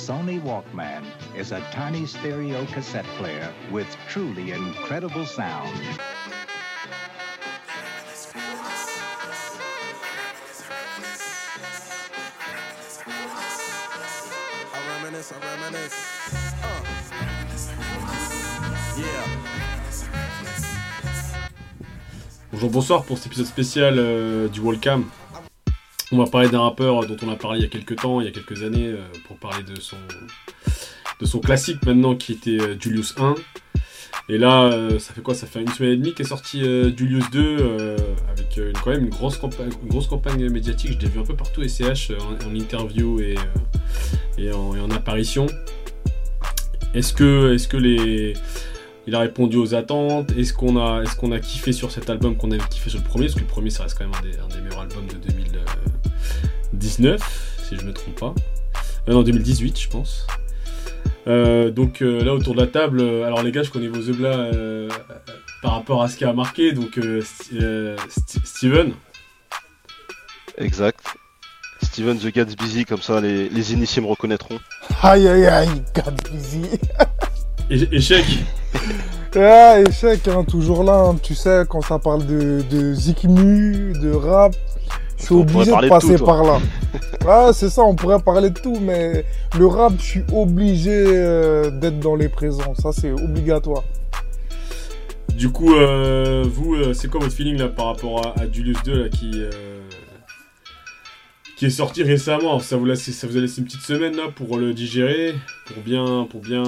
Sony Walkman is a tiny stereo cassette player with truly incredible sound. I reminisce. Yeah. Bonjour, bonsoir pour cet épisode spécial du Walkam. On va parler d'un rappeur dont on a parlé il y a quelques temps, il y a quelques années, pour parler de son classique maintenant qui était Julius 1. Et là, ça fait quoi ? Ça fait une semaine et demie qu'est sorti Julius 2 avec quand même une grosse campagne médiatique. Je l'ai vu un peu partout, SCH, en interview et en apparition. Est-ce que il a répondu aux attentes? Est-ce qu'on a kiffé sur cet album qu'on avait kiffé sur le premier? Parce que le premier, ça reste quand même un des meilleurs albums de 2019, si je me trompe pas. Non, 2018, je pense. Donc là, autour de la table, alors les gars, je connais vos eblas par rapport à ce qui a marqué. Donc, Steven. Exact. Steven the Gatsby, comme ça, les initiés me reconnaîtront. Aïe, Gatsby. Échec. Ouais, échec, hein, toujours là, hein, tu sais, quand ça parle de Zikmu, de rap, je suis obligé de passer par là. Ah, c'est ça, on pourrait parler de tout, mais le rap, je suis obligé d'être dans les présents, ça c'est obligatoire. Du coup, vous, c'est quoi votre feeling là par rapport à Julius 2 là, qui est sorti récemment? Alors, ça vous a laissé une petite semaine là pour le digérer, pour bien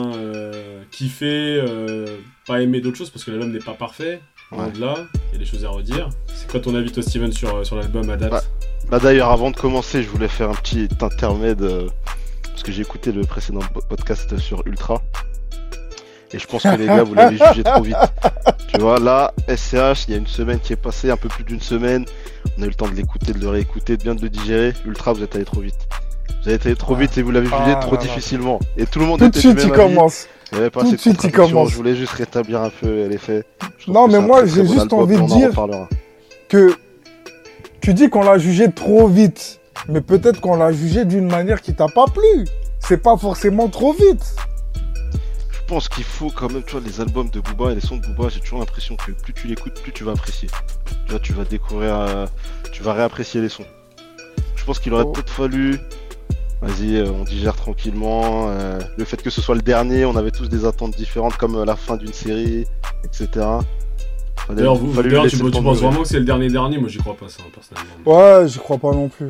kiffer, pas aimer d'autres choses parce que l'album n'est pas parfait. Loin de là, il y a des choses à redire. C'est quoi ton avis toi Steven sur l'album à date? Bah d'ailleurs avant de commencer, je voulais faire un petit intermède parce que j'ai écouté le précédent podcast sur Ultra. Et je pense que les gars, vous l'avez jugé trop vite. Tu vois, là, SCH, il y a une semaine qui est passée, un peu plus d'une semaine. On a eu le temps de l'écouter, de le réécouter, de bien de le digérer. Ultra, vous êtes allé trop vite. Vous avez été trop vite et vous l'avez jugé trop difficilement. Et tout le monde était tout de suite, il commence. Il n'y avait pas assez de contradiction. Je voulais juste rétablir un peu l'effet. Non, mais moi, j'ai juste envie de dire que tu dis qu'on l'a jugé trop vite. Mais peut-être qu'on l'a jugé d'une manière qui t'a pas plu. C'est pas forcément trop vite. Je pense qu'il faut quand même, tu vois, les albums de Booba et les sons de Booba, j'ai toujours l'impression que plus tu l'écoutes, plus tu vas apprécier. Tu vois, tu vas découvrir, tu vas réapprécier les sons. Je pense qu'il aurait peut-être fallu, vas-y, on digère tranquillement. Le fait que ce soit le dernier, on avait tous des attentes différentes, comme la fin d'une série, etc. D'ailleurs, tu penses vraiment que c'est le dernier? Moi, j'y crois pas, ça, personnellement. Ouais, j'y crois pas non plus.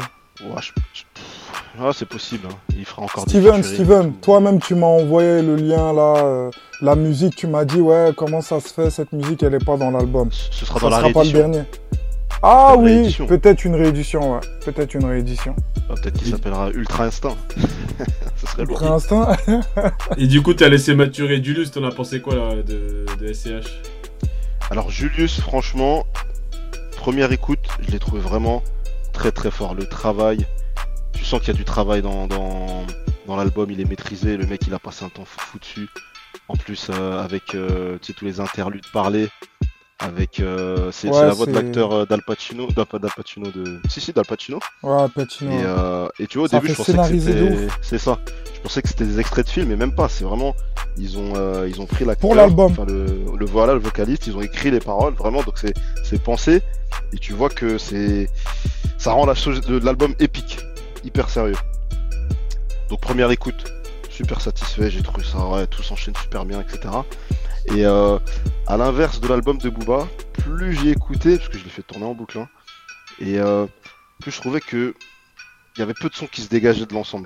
Ouais, c'est possible, hein. Il fera encore Steven, toi-même tu m'as envoyé le lien là, la musique, tu m'as dit ouais, comment ça se fait, cette musique elle est pas dans l'album. Ce sera dans la réédition. Pas le dernier. Ah oui, peut-être une réédition, ouais. Peut-être une réédition. Peut-être qu'il s'appellera Ultra Instinct. Ce serait lourd. Ultra Instinct. Et du coup, t'as laissé maturer Julius, t'en as pensé quoi là, de SCH? Alors Julius, franchement, première écoute, je l'ai trouvé vraiment très très fort. Le travail, tu sens qu'il y a du travail dans l'album, il est maîtrisé, le mec il a passé un temps fou dessus. En plus avec tu sais, tous les interludes parlés, avec c'est la voix de l'acteur d'Al Pacino, D'Al Pacino. Ouais, Pacino. Et tu vois au début je pensais que c'était c'est ça. Je pensais que c'était des extraits de films, mais même pas, c'est vraiment ils ont pris l'acteur pour l'album. Enfin le vocaliste, ils ont écrit les paroles vraiment, donc c'est pensé et tu vois que ça rend l'album épique. Hyper sérieux. Donc première écoute, super satisfait, j'ai trouvé ça, ouais, tout s'enchaîne super bien, etc. Et à l'inverse de l'album de Booba, plus j'y écoutais, parce que je l'ai fait tourner en boucle, hein, et plus je trouvais que il y avait peu de sons qui se dégageaient de l'ensemble.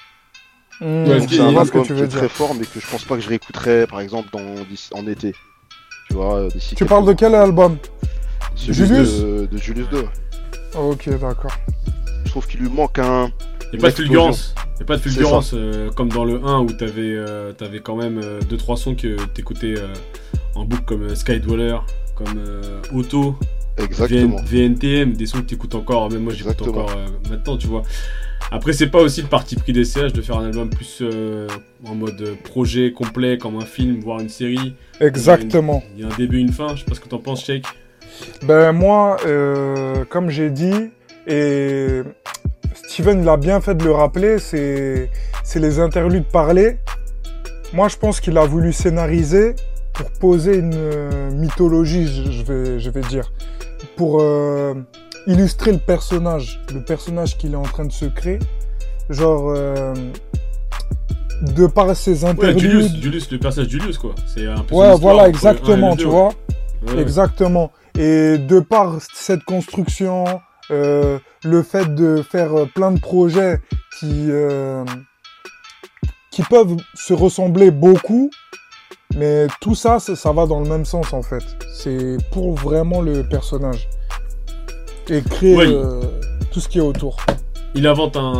Donc c'est un album qui est très fort, mais que je pense pas que je réécouterais, par exemple, en été. Tu vois, d'ici. Tu parles de quel album? Julius de Julius 2. Ok, d'accord. Je trouve qu'il lui manque un... Il n'y a pas de fulgurance, comme dans le 1 où t'avais quand même 2-3 sons que t'écoutais en boucle comme Skydweller, comme Auto, exactement. VNTM, des sons que t'écoutes encore, même moi j'écoute encore maintenant, tu vois. Après, c'est pas aussi le parti pris des CH de faire un album plus en mode projet complet, comme un film, voire une série. Exactement. Il y a un début, une fin, je sais pas ce que t'en penses, Sheik. Ben moi, comme j'ai dit, et Steven il a bien fait de le rappeler, c'est les interludes parlés. Moi, je pense qu'il a voulu scénariser pour poser une mythologie, je vais dire, pour illustrer le personnage qu'il est en train de se créer. Genre, de par ses interludes... Ouais, Julius, le personnage Julius, quoi. C'est un peu ouais, voilà, exactement, tu vois. Ouais. Exactement. Et de par cette construction, le fait de faire plein de projets qui peuvent se ressembler beaucoup, mais tout ça, ça va dans le même sens, en fait. C'est pour vraiment le personnage. Et créer tout ce qui est autour. Il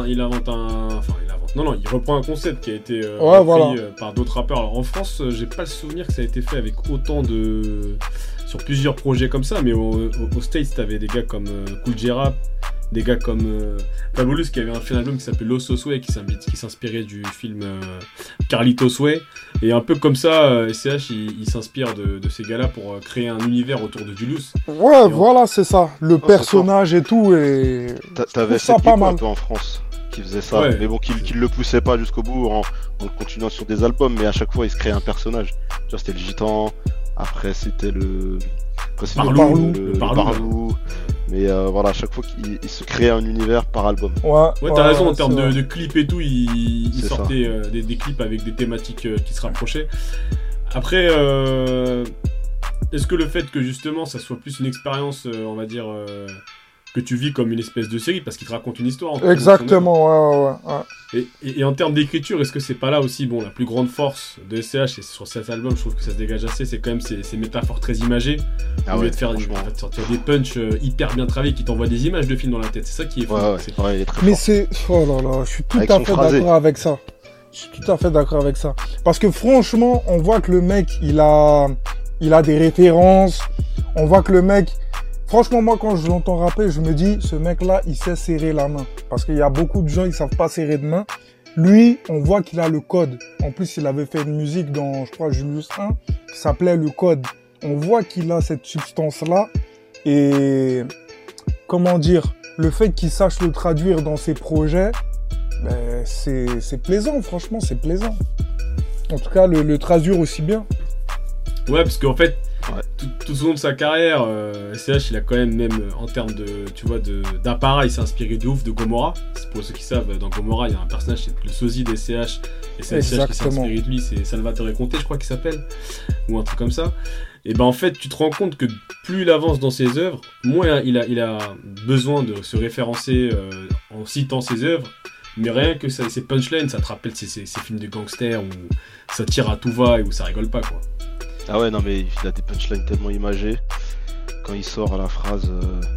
reprend un concept qui a été repris par d'autres rappeurs. Alors, en France, j'ai pas le souvenir que ça a été fait avec autant de... sur plusieurs projets comme ça, mais au States, t'avais des gars comme Cool J Rap, des gars comme Fabulous qui avait fait un album qui s'appelle Lost Way qui s'inspirait du film Carlitos Way, et un peu comme ça SCH il s'inspire de ces gars-là pour créer un univers autour de Julius. Ouais, voilà, c'est ça, le personnage et tout, et t'avais ça pas mal un peu en France qui faisait ça, mais bon, qui le poussait pas jusqu'au bout en continuant sur des albums, mais à chaque fois il se créait un personnage. Tu vois, c'était le Gitan, après c'était le Barlou. Mais voilà, à chaque fois qu'il se créait un univers par album. Ouais, t'as raison, en termes de clips et tout, il sortait des clips avec des thématiques qui se rapprochaient. Après, est-ce que le fait que justement ça soit plus une expérience, on va dire, que tu vis comme une espèce de série, parce qu'il te raconte une histoire. Exactement, ouais. Et en termes d'écriture, est-ce que c'est pas là aussi, la plus grande force de SCH, et sur cet album, je trouve que ça se dégage assez, c'est quand même ces métaphores très imagées. Il va te sortir des punchs hyper bien travaillés qui t'envoient des images de films dans la tête. C'est ça qui est fou. Il est très mais fort. c'est... Oh là là, je suis tout à fait d'accord avec ça. Parce que franchement, on voit que le mec, il a des références. On voit que le mec... Franchement, moi, quand je l'entends rapper, je me dis, ce mec-là, il sait serrer la main. Parce qu'il y a beaucoup de gens, ils savent pas serrer de main. Lui, on voit qu'il a le code. En plus, il avait fait une musique dans, je crois, Julius 1, qui s'appelait Le Code. On voit qu'il a cette substance-là. Et, comment dire, le fait qu'il sache le traduire dans ses projets, ben, c'est plaisant, franchement, c'est plaisant. En tout cas, le traduire aussi bien. Ouais, parce qu'en fait, tout au long de sa carrière, SCH, il a quand même en termes d'appareil, il s'est inspiré de ouf de Gomorrah. C'est pour ceux qui savent, dans Gomorrah, il y a un personnage, c'est le sosie des SCH, et c'est SCH qui s'est inspiré de lui, c'est Salvatore Conte, je crois qu'il s'appelle, ou un truc comme ça. Et ben en fait, tu te rends compte que plus il avance dans ses œuvres, moins il a besoin de se référencer en citant ses œuvres. Mais rien que ça, ces punchlines, ça te rappelle ces films de gangsters où ça tire à tout va et où ça rigole pas, quoi. Ah ouais, non, mais il a des punchlines tellement imagées. Quand il sort à la phrase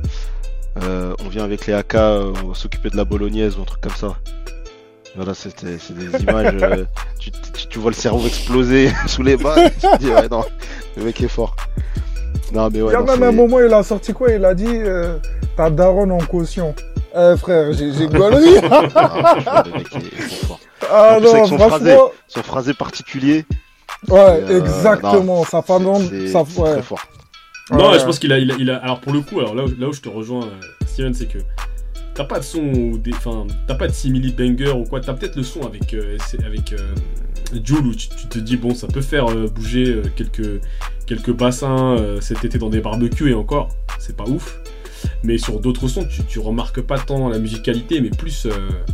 on vient avec les AK, on va s'occuper de la bolognaise ou un truc comme ça. Voilà, c'est des images. Tu vois le cerveau exploser sous les balles. Tu te dis, ouais, non, le mec est fort. Non, mais ouais. Il y a même un moment, il a sorti quoi? Il a dit ta daronne en caution. Frère, j'ai gaulerie. Le mec est fort. Ah en plus, non, avec son phrasé particulier. Ouais, exactement. Ça fait très fort. Non, je pense qu'il a. Alors pour le coup, là où je te rejoins, Steven, c'est que t'as pas de son t'as pas de simili banger ou quoi. T'as peut-être le son avec Jul où tu te dis bon, ça peut faire bouger quelques bassins cet été dans des barbecues et encore, c'est pas ouf. Mais sur d'autres sons, tu remarques pas tant la musicalité, mais plus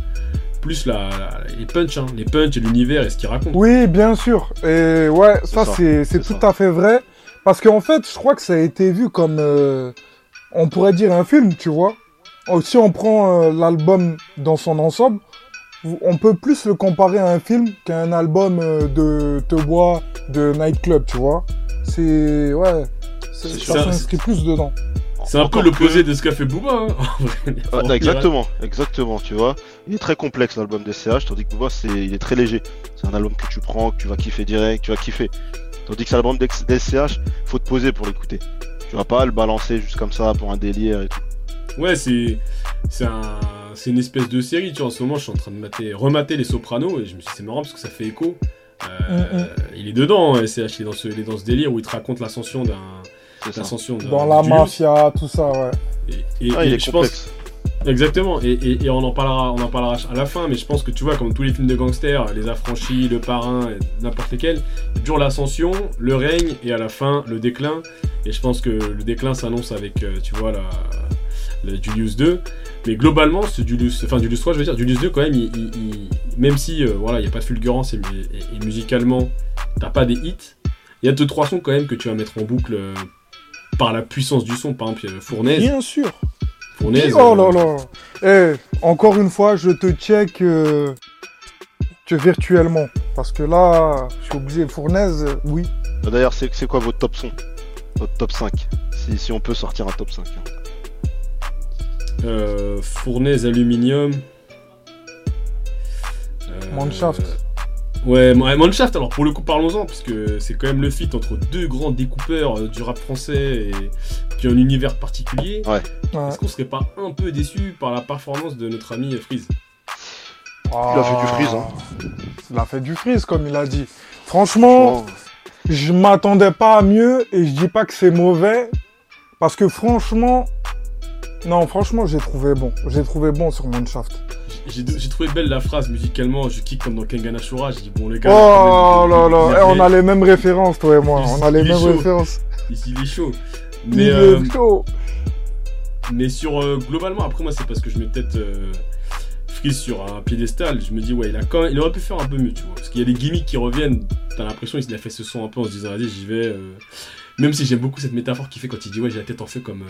les punchs, les punchs et l'univers et ce qu'il raconte. Oui, bien sûr. Et ouais, c'est tout à fait vrai. Parce qu'en fait, je crois que ça a été vu comme, on pourrait dire un film, tu vois. Si on prend l'album dans son ensemble, on peut plus le comparer à un film qu'à un album de Te Bois, de Nightclub, tu vois. Ça s'inscrit plus dedans. C'est un peu l'opposé de ce qu'a fait Booba. Hein. Exactement, tu vois. Il est très complexe l'album des CH, tandis que Booba, il est très léger. C'est un album que tu prends, que tu vas kiffer direct, tu vas kiffer. Tandis que c'est l'album des CH, faut te poser pour l'écouter. Tu vas pas le balancer juste comme ça pour un délire et tout. Ouais, c'est une espèce de série, tu vois. En ce moment, je suis en train de remater Les Sopranos et je me suis dit, c'est marrant parce que ça fait écho. Il est dedans, SCH, il est dans ce délire où il te raconte l'ascension dans la mafia, tout ça, ouais. Et il est complexe. Exactement, et on en parlera à la fin, mais je pense que tu vois, comme tous les films de gangsters, Les Affranchis, Le Parrain, n'importe lesquels, toujours l'ascension, le règne, et à la fin, le déclin. Et je pense que le déclin s'annonce avec, tu vois, la Julius 2. Mais globalement, Julius 3, je veux dire, Julius 2, quand même, même si, voilà, il n'y a pas de fulgurance, et musicalement, t'as pas des hits, il y a 2-3 sons quand même que tu vas mettre en boucle par la puissance du son, par exemple, Fournaise. Bien sûr. Fournaise. Oh là là. Encore une fois, je te check virtuellement. Parce que là, je suis obligé. Fournaise, oui. D'ailleurs, c'est quoi votre top son? Votre top 5? Si on peut sortir un top 5. Fournaise, Aluminium. Manshaft. Ouais, Manshaft, alors pour le coup, parlons-en, parce que c'est quand même le feat entre deux grands découpeurs du rap français et qui ont un univers particulier. Ouais. Est-ce qu'on serait pas un peu déçu par la performance de notre ami Freeze? Il a fait du freeze, hein. Il a fait du freeze, comme il a dit. Franchement, je m'attendais pas à mieux, et je dis pas que c'est mauvais, parce que franchement, j'ai trouvé bon. J'ai trouvé bon sur Manshaft. J'ai trouvé belle la phrase musicalement, je kick comme dans Kengan Ashura, j'ai dit bon les gars... Oh là là, on a les mêmes références toi et moi, on a les mêmes références. Ici il est chaud. Il est chaud. Mais sur globalement, après moi c'est parce que je mets peut-être Freeze sur un piédestal, je me dis ouais il aurait pu faire un peu mieux tu vois, parce qu'il y a des gimmicks qui reviennent, t'as l'impression qu'il a fait ce son un peu en se disant allez j'y vais, même si j'aime beaucoup cette métaphore qu'il fait quand il dit ouais j'ai la tête en feu comme...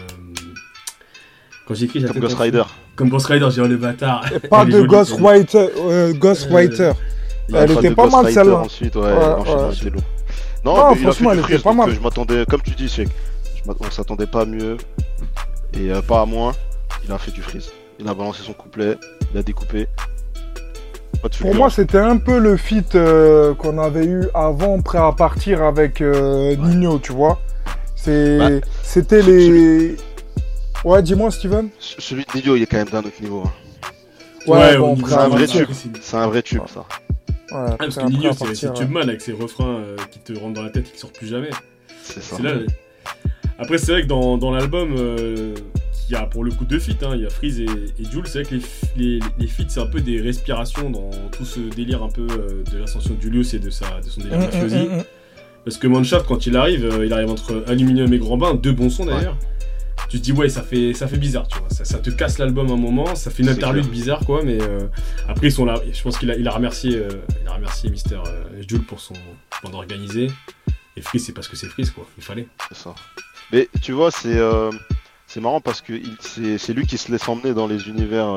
Quand j'écris, j'ai comme Ghost Rider. Comme Ghost Rider, j'ai le bâtard. Et pas de Ghostwriter. Elle était pas mal celle-là. Ensuite, ouais. Non, mais franchement, elle était pas mal. Je m'attendais, comme tu dis, on s'attendait pas à mieux et pas à moins. Il a fait du freeze. Il a balancé son couplet, il a découpé. Pour moi, c'était un peu le feat qu'on avait eu avant, prêt à partir avec Nino, tu vois. C'était les. Ouais, dis-moi, Steven. Celui de Nino, il est quand même d'un autre niveau. Hein. Ouais, bon, c'est un vrai tube. C'est un vrai tube, ça. Ouais, parce que Nino, c'est Tubeman avec ses refrains qui te rentrent dans la tête et qui sortent plus jamais. C'est ça. Après, c'est vrai que dans l'album, il y a pour le coup deux feats, hein. Il y a Freeze et Jul. C'est vrai que les feats, c'est un peu des respirations dans tout ce délire un peu de l'ascension de Julius et de son délire mafiosi. Parce que Manshaft, quand il arrive entre Aluminium et Grand Bain, deux bons sons d'ailleurs. Ouais. Tu te dis ouais ça fait bizarre tu vois, ça te casse l'album un moment, ça fait une interlude bizarre quoi, mais après ils sont là, je pense qu'il a remercié Mister Jul pour son d'organiser, et Freeze c'est parce que c'est Freeze quoi, il fallait. C'est ça. Mais tu vois c'est marrant parce que c'est lui qui se laisse emmener dans les univers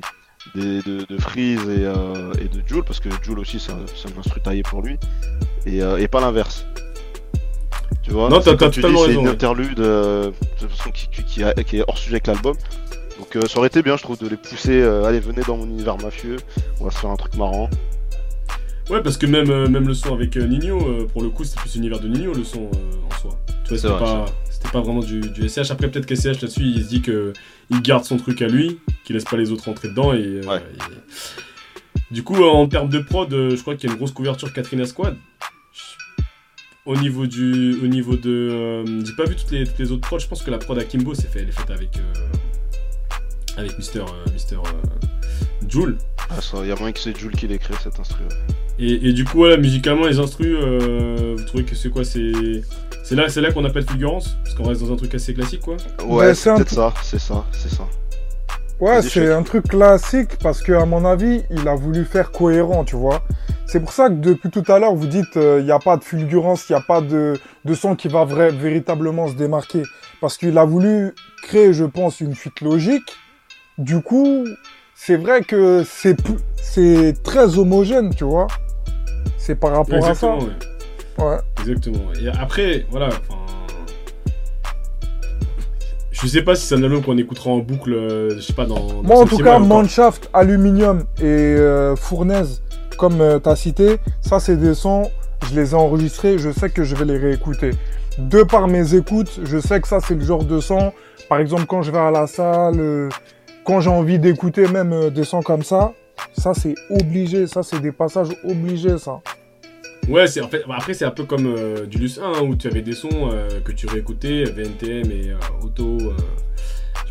de Freeze et de Jul, parce que Jul aussi c'est un instru taillé pour lui, et pas l'inverse. Tu vois, non, t'as totalement raison. C'est une interlude de toute façon qui est hors sujet avec l'album. Donc ça aurait été bien, je trouve, de les pousser. Allez, venez dans mon univers mafieux. On va se faire un truc marrant. Ouais, parce que même le son avec Nino, pour le coup, c'était plus l'univers de Nino, le son en soi. Tu vois, c'était pas vraiment du SCH. Après, peut-être qu'SCH là-dessus, il se dit qu'il garde son truc à lui, qu'il laisse pas les autres rentrer dedans. Et du coup, en termes de prod, je crois qu'il y a une grosse couverture Katrina Squad. Au niveau de... j'ai pas vu toutes les autres prods, je pense que la prod Akimbo elle est faite avec Mister Jul. Il y a moyen que c'est Jul qui l'ait créé cette instru. Et du coup, voilà, musicalement, les instrus, vous trouvez que c'est quoi? C'est là qu'on appelle fulgurance? Parce qu'on reste dans un truc assez classique, quoi. Ouais, c'est peut-être ça, c'est ça. Ouais, c'est un truc classique parce qu'à mon avis, il a voulu faire cohérent, tu vois. C'est pour ça que depuis tout à l'heure, vous dites il n'y a pas de fulgurance, il n'y a pas de son qui va véritablement se démarquer. Parce qu'il a voulu créer, je pense, une suite logique. Du coup, c'est vrai que c'est très homogène, tu vois. C'est par rapport à ça. Ouais. Exactement. Et après, voilà, je sais pas si c'est un album qu'on écoutera en boucle, je sais pas, dans moi, en tout cas, Manshaft, Aluminium et Fournaise, comme tu as cité, ça, c'est des sons, je les ai enregistrés, je sais que je vais les réécouter. De par mes écoutes, je sais que ça, c'est le genre de son, par exemple, quand je vais à la salle, quand j'ai envie d'écouter même des sons comme ça, c'est obligé, ça, c'est des passages obligés, ça. Ouais, après c'est un peu comme Julius 1 où tu avais des sons que tu réécoutais, VNTM et Auto, je sais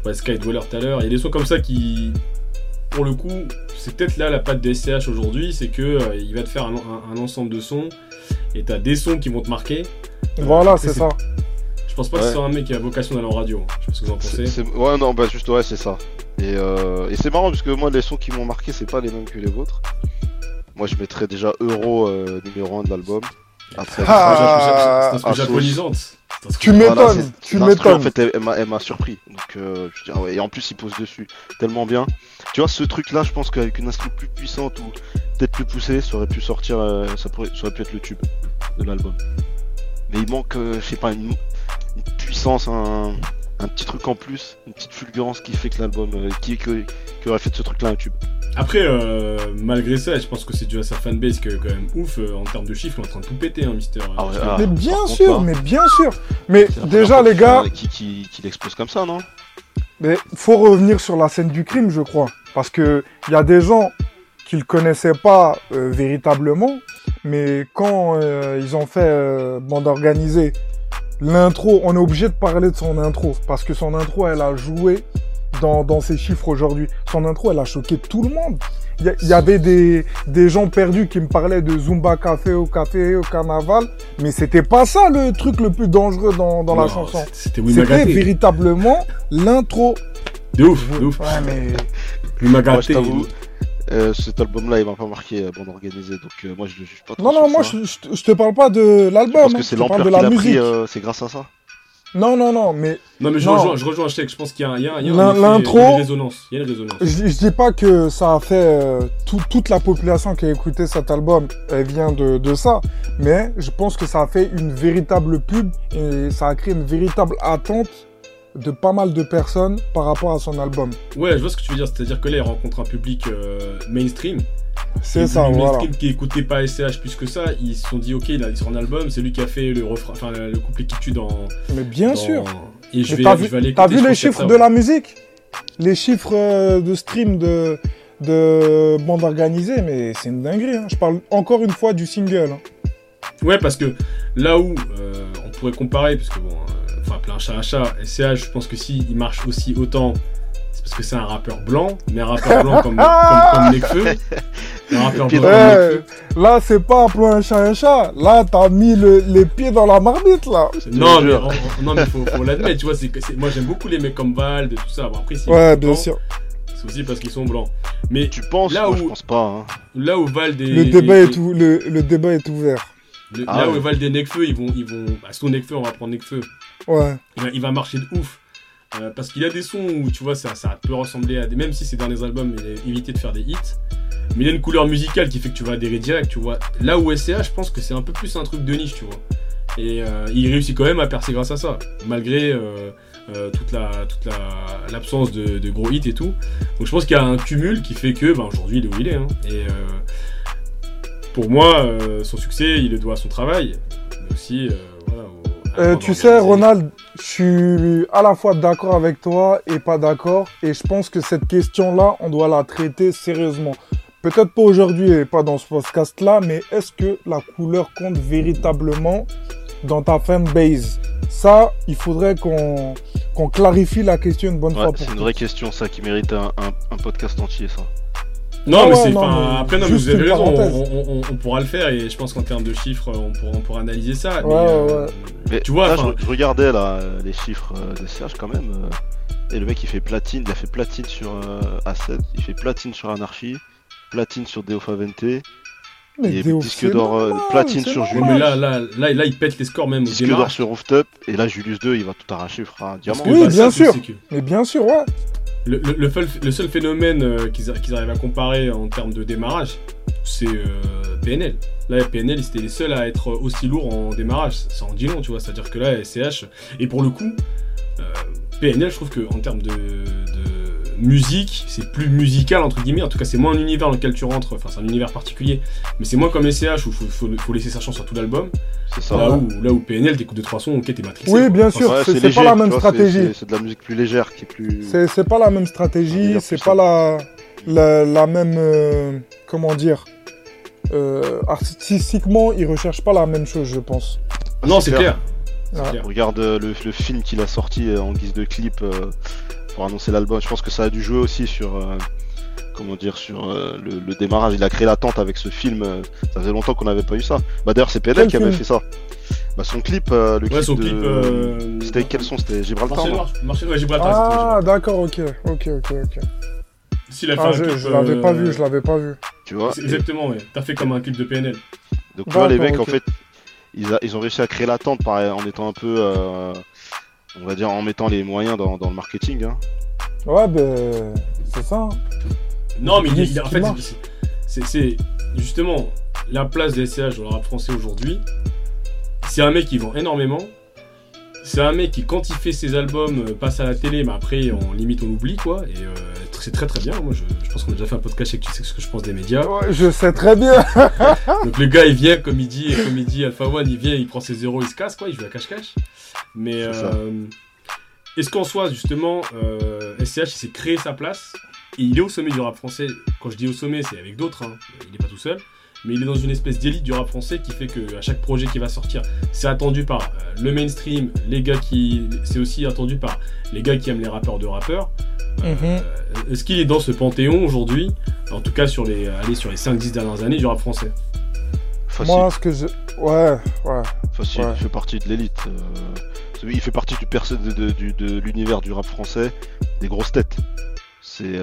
parlais de Sky Dweller tout à l'heure. Il y a des sons comme ça qui, pour le coup, c'est peut-être là la patte de SCH aujourd'hui, c'est que il va te faire un ensemble de sons et t'as des sons qui vont te marquer. Voilà, c'est ça. Je pense pas que ce soit un mec qui a vocation d'aller en radio. Je sais pas ce que vous en pensez. Ouais, non, bah juste, ouais, c'est ça. Et c'est marrant parce que moi, les sons qui m'ont marqué, c'est pas les mêmes que les vôtres. Moi, je mettrais déjà Euro numéro 1 de l'album. Après, c'est un truc japonisante. Tu m'étonnes, tu m'étonnes. En fait, elle m'a surpris. Donc, je veux dire, ouais. Et en plus, il pose dessus tellement bien. Tu vois, ce truc-là, je pense qu'avec une instru plus puissante ou peut-être plus poussée, ça aurait pu sortir, ça aurait pu être le tube de l'album. Mais il manque, je sais pas, une puissance, un petit truc en plus, une petite fulgurance qui fait que l'album, qui aurait fait de ce truc-là un tube. Après, malgré ça, je pense que c'est dû à sa fanbase que quand même ouf, en termes de chiffres, il est en train de tout péter, hein, Mister. Mais bien sûr, mais déjà les gars... Qui l'expose comme ça, non? Mais faut revenir sur la scène du crime, je crois. Parce que y a des gens qui le connaissaient pas véritablement, mais quand ils ont fait bande organisée, l'intro, on est obligé de parler de son intro, parce que son intro, elle a joué dans ses chiffres aujourd'hui. Son intro, elle a choqué tout le monde. Il y avait des gens perdus qui me parlaient de Zumba Café au carnaval, mais c'était pas ça le truc le plus dangereux dans la chanson. C'était véritablement l'intro. De ouf. Ouais, mais... Wimagaté. Cet album-là, il m'a pas marqué bande organisée, donc moi je le juge pas trop. Non, moi je te parle pas de l'album. Parce que c'est l'ampleur qu'il a pris, c'est grâce à ça. Non, mais... Non, mais je rejoins Cheikh, je pense qu'il y a l'intro, une résonance. Il y a une résonance. Je dis pas que ça a fait... toute la population qui a écouté cet album, elle vient de ça. Mais je pense que ça a fait une véritable pub et ça a créé une véritable attente de pas mal de personnes par rapport à son album. Ouais, je vois ce que tu veux dire. C'est-à-dire que là, il rencontre un public mainstream. C'est ça, voilà. Qui écoutait pas SCH plus que ça, ils se sont dit ok, il sort un album, c'est lui qui a fait le refrain, enfin le couplet qui tue dans. Mais bien sûr. Et je vais aller écouter. T'as vu les chiffres de la musique, les chiffres de stream de bande organisée, mais c'est une dinguerie. Hein. Je parle encore une fois du single. Hein. Ouais, parce que là où on pourrait comparer, parce que bon, enfin plein chat, SCH, je pense que si il marche aussi autant. Parce que c'est un rappeur blanc, mais un rappeur blanc comme Nekfeu. Un rappeur blanc comme Nekfeu. Là, c'est pas appeler un chat. Là, t'as mis les pieds dans la marmite, là. Non, mais faut l'admettre, tu vois. Moi, j'aime beaucoup les mecs comme Vald et tout ça. Bon, après, ouais, bien sûr. C'est aussi parce qu'ils sont blancs. Mais tu penses? Là où je pense pas. Hein. Là où Vald et... Le débat est ouvert. Là où Vald et Nekfeu, ils vont... Son Nekfeu, on va prendre Nekfeu. Ouais. Il va marcher de ouf. Parce qu'il y a des sons où tu vois ça peut ressembler à des, même si c'est dans les albums, il a évité de faire des hits, mais il y a une couleur musicale qui fait que tu vas adhérer direct, tu vois. Là où SCH, je pense que c'est un peu plus un truc de niche, tu vois. Et il réussit quand même à percer grâce à ça, malgré toute l'absence de gros hits et tout. Donc je pense qu'il y a un cumul qui fait que aujourd'hui il est où il est. Hein. Et pour moi, son succès, il le doit à son travail, mais aussi tu sais, Ronald, je suis à la fois d'accord avec toi et pas d'accord. Et je pense que cette question-là, on doit la traiter sérieusement. Peut-être pas aujourd'hui et pas dans ce podcast-là, mais est-ce que la couleur compte véritablement dans ta fanbase? Ça, il faudrait qu'on clarifie la question une bonne fois pour toutes. C'est une vraie question, ça, qui mérite un podcast entier, ça. Non, mais c'est pas. Après, non, mais vous avez raison, on pourra le faire et je pense qu'en termes de chiffres, on pourra analyser ça. Mais tu vois, là, je regardais là, les chiffres de Serge quand même. Et le mec, il a fait platine sur A7, il fait platine sur Anarchy, platine sur Deo Favente. Mais et disque d'or, platine sur Julius. Mais là, il pète les scores même. Disque d'or sur Rooftop, et là, Julius 2, il va tout arracher, il fera un diamant. Oui, bien sûr. Mais bien sûr, ouais. Le seul phénomène qu'ils arrivent à comparer en termes de démarrage, c'est PNL. Là, PNL, ils étaient les seuls à être aussi lourds en démarrage. Ça en dit long, tu vois. C'est-à-dire que là, SCH... Et pour le coup, PNL, je trouve qu'en termes de musique, c'est plus musical, entre guillemets. En tout cas, c'est moins un univers dans lequel tu rentres. Enfin, c'est un univers particulier. Mais c'est moins comme SCH où il faut laisser sa chance sur tout l'album. C'est ça. Là où PNL, t'écoutes 2-3 sons, ok, t'es matrixé. Oui, bien sûr, c'est léger, pas la même stratégie. C'est de la musique plus légère qui est plus... C'est pas la même stratégie, c'est pas la même... comment dire artistiquement, ils recherchent pas la même chose, je pense. Non, c'est clair. Regarde le film qu'il a sorti en guise de clip pour annoncer l'album. Je pense que ça a dû jouer aussi sur le démarrage. Il a créé l'attente avec ce film. Ça faisait longtemps qu'on n'avait pas eu ça. Bah d'ailleurs c'est PNL qui avait fait ça. Bah son clip, c'était quel son? C'était Gibraltar. Ouais, Gibraltar. Ah d'accord, ok. S'il a fait un clip, je l'avais pas vu. Tu vois. Exactement, ouais. T'as fait comme un clip de PNL. Donc tu vois les mecs en fait, ils ont réussi à créer l'attente en étant un peu, on va dire en mettant les moyens dans le marketing. Hein. Ouais, ben c'est ça. Hein. Non, mais en fait, c'est justement la place des SCH dans le rap français aujourd'hui. C'est un mec qui vend énormément. C'est un mec qui, quand il fait ses albums, passe à la télé, mais après, on oublie, quoi. Et c'est très très bien. Moi, je pense qu'on a déjà fait un podcast et que tu sais ce que je pense des médias. Ouais, je sais très bien. Donc le gars, il vient, comme il dit Alpha One, il vient, il prend ses zéros, il se casse, quoi. Il joue à cache-cache. Mais est-ce qu'en soi, justement, SCH, il s'est créé sa place et il est au sommet du rap français. Quand je dis au sommet, c'est avec d'autres. Hein. Il n'est pas tout seul. Mais il est dans une espèce d'élite du rap français qui fait qu'à chaque projet qui va sortir, c'est attendu par le mainstream, c'est aussi attendu par les gars qui aiment les rappeurs de rappeurs. Est-ce qu'il est dans ce panthéon aujourd'hui, en tout cas sur les 5-10 dernières années du rap français? Facile. Moi, Ouais. Facile, ouais. Il fait partie de l'élite. Il fait partie de l'univers du rap français, des grosses têtes. C'est...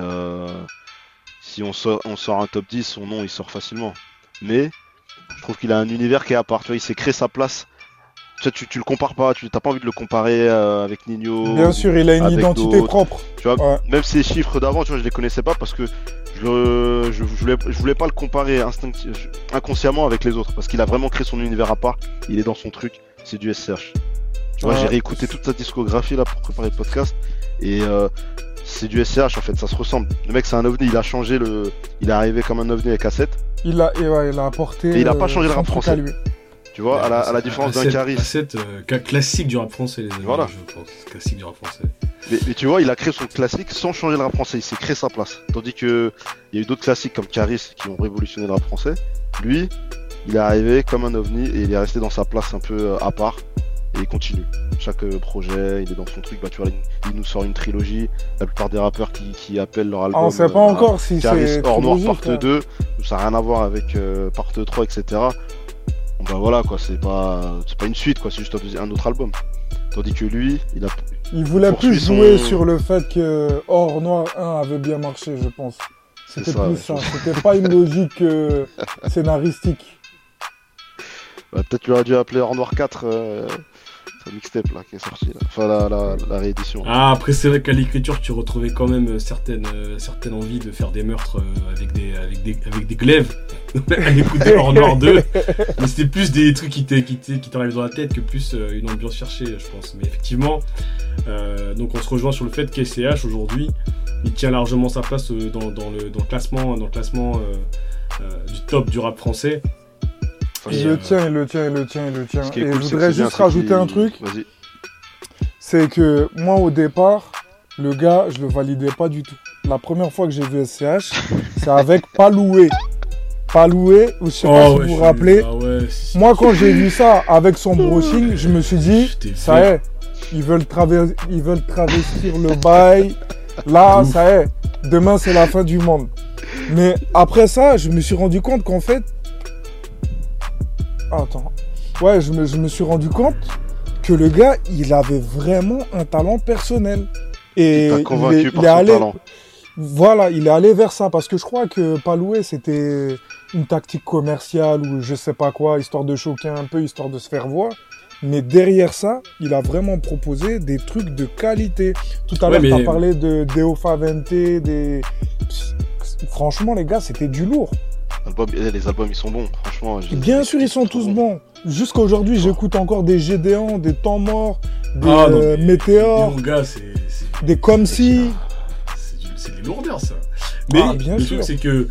Si on sort un top 10, son nom il sort facilement. Mais je trouve qu'il a un univers qui est à part. Tu vois, il s'est créé sa place. Tu le compares pas. Tu n'as pas envie de le comparer avec Nino. Bien sûr, il a une identité propre. Tu vois, même ses chiffres d'avant, tu vois, je les connaissais pas parce que je voulais pas le comparer inconsciemment avec les autres parce qu'il a vraiment créé son univers à part. Il est dans son truc. C'est du SCH. Tu vois, j'ai réécouté toute sa discographie là pour préparer le podcast et c'est du SCH en fait, ça se ressemble. Le mec c'est un ovni, il a changé il est arrivé comme un ovni avec A7. Il a apporté. Et il a pas changé le rap français. Tu vois, à la différence d'un Caris. A7, classique du rap français, les amis. Voilà. Je pense, classique du rap français. Mais tu vois, il a créé son classique sans changer le rap français. Il s'est créé sa place. Tandis que il y a eu d'autres classiques comme Caris qui ont révolutionné le rap français. Lui, il est arrivé comme un ovni et il est resté dans sa place un peu à part. Et il continue. Chaque projet, il est dans son truc. Bah, tu vois, il nous sort une trilogie. La plupart des rappeurs qui appellent leur album. On sait pas encore si c'est. Hors Noir part 2. Ça n'a rien à voir avec part 3, etc. Bon, bah voilà, quoi. C'est pas une suite, quoi. C'est juste un autre album. Tandis que lui, il voulait plus jouer sur le fait que Hors Noir 1 avait bien marché, je pense. C'était plus ça. C'était pas une logique scénaristique. Bah, peut-être tu aurais dû appeler Hors Noir 4. C'est mixtape là qui est sorti là. Enfin la réédition. Ah après c'est vrai qu'à l'écriture tu retrouvais quand même certaines envies de faire des meurtres avec des glaives à l'écouter Hors Noir 2. Mais c'était plus des trucs qui t'arrivent dans la tête que plus une ambiance cherchée je pense. Mais effectivement donc on se rejoint sur le fait qu'SCH aujourd'hui il tient largement sa place dans le classement du top du rap français. Il le tient. Et je voudrais juste rajouter un truc. Vas-y. C'est que moi, au départ, le gars, je le validais pas du tout. La première fois que j'ai vu SCH, c'est avec Paloué. Paloué, je sais pas si vous vous rappelez. Moi, quand j'ai vu ça avec son brushing, je me suis dit, ça y est, ils veulent travestir le bail. Là, ça y est, demain, c'est la fin du monde. Mais après ça, je me suis rendu compte qu'en fait, je me suis rendu compte que le gars, il avait vraiment un talent personnel. Et il t'a convaincu par son talent. Voilà, il est allé vers ça parce que je crois que Paloué, c'était une tactique commerciale ou je sais pas quoi, histoire de choquer un peu, histoire de se faire voir. Mais derrière ça, il a vraiment proposé des trucs de qualité. Tout à l'heure, t'as parlé de Deo Favente, Franchement, les gars, c'était du lourd. Les albums ils sont bons, franchement. Bien sûr, ils sont tous bons. Jusqu'à aujourd'hui, j'écoute encore des Gédéons, des Temps Morts, des Météores, des Comme Si. C'est des lourdeurs, ça. Mais le truc, c'est que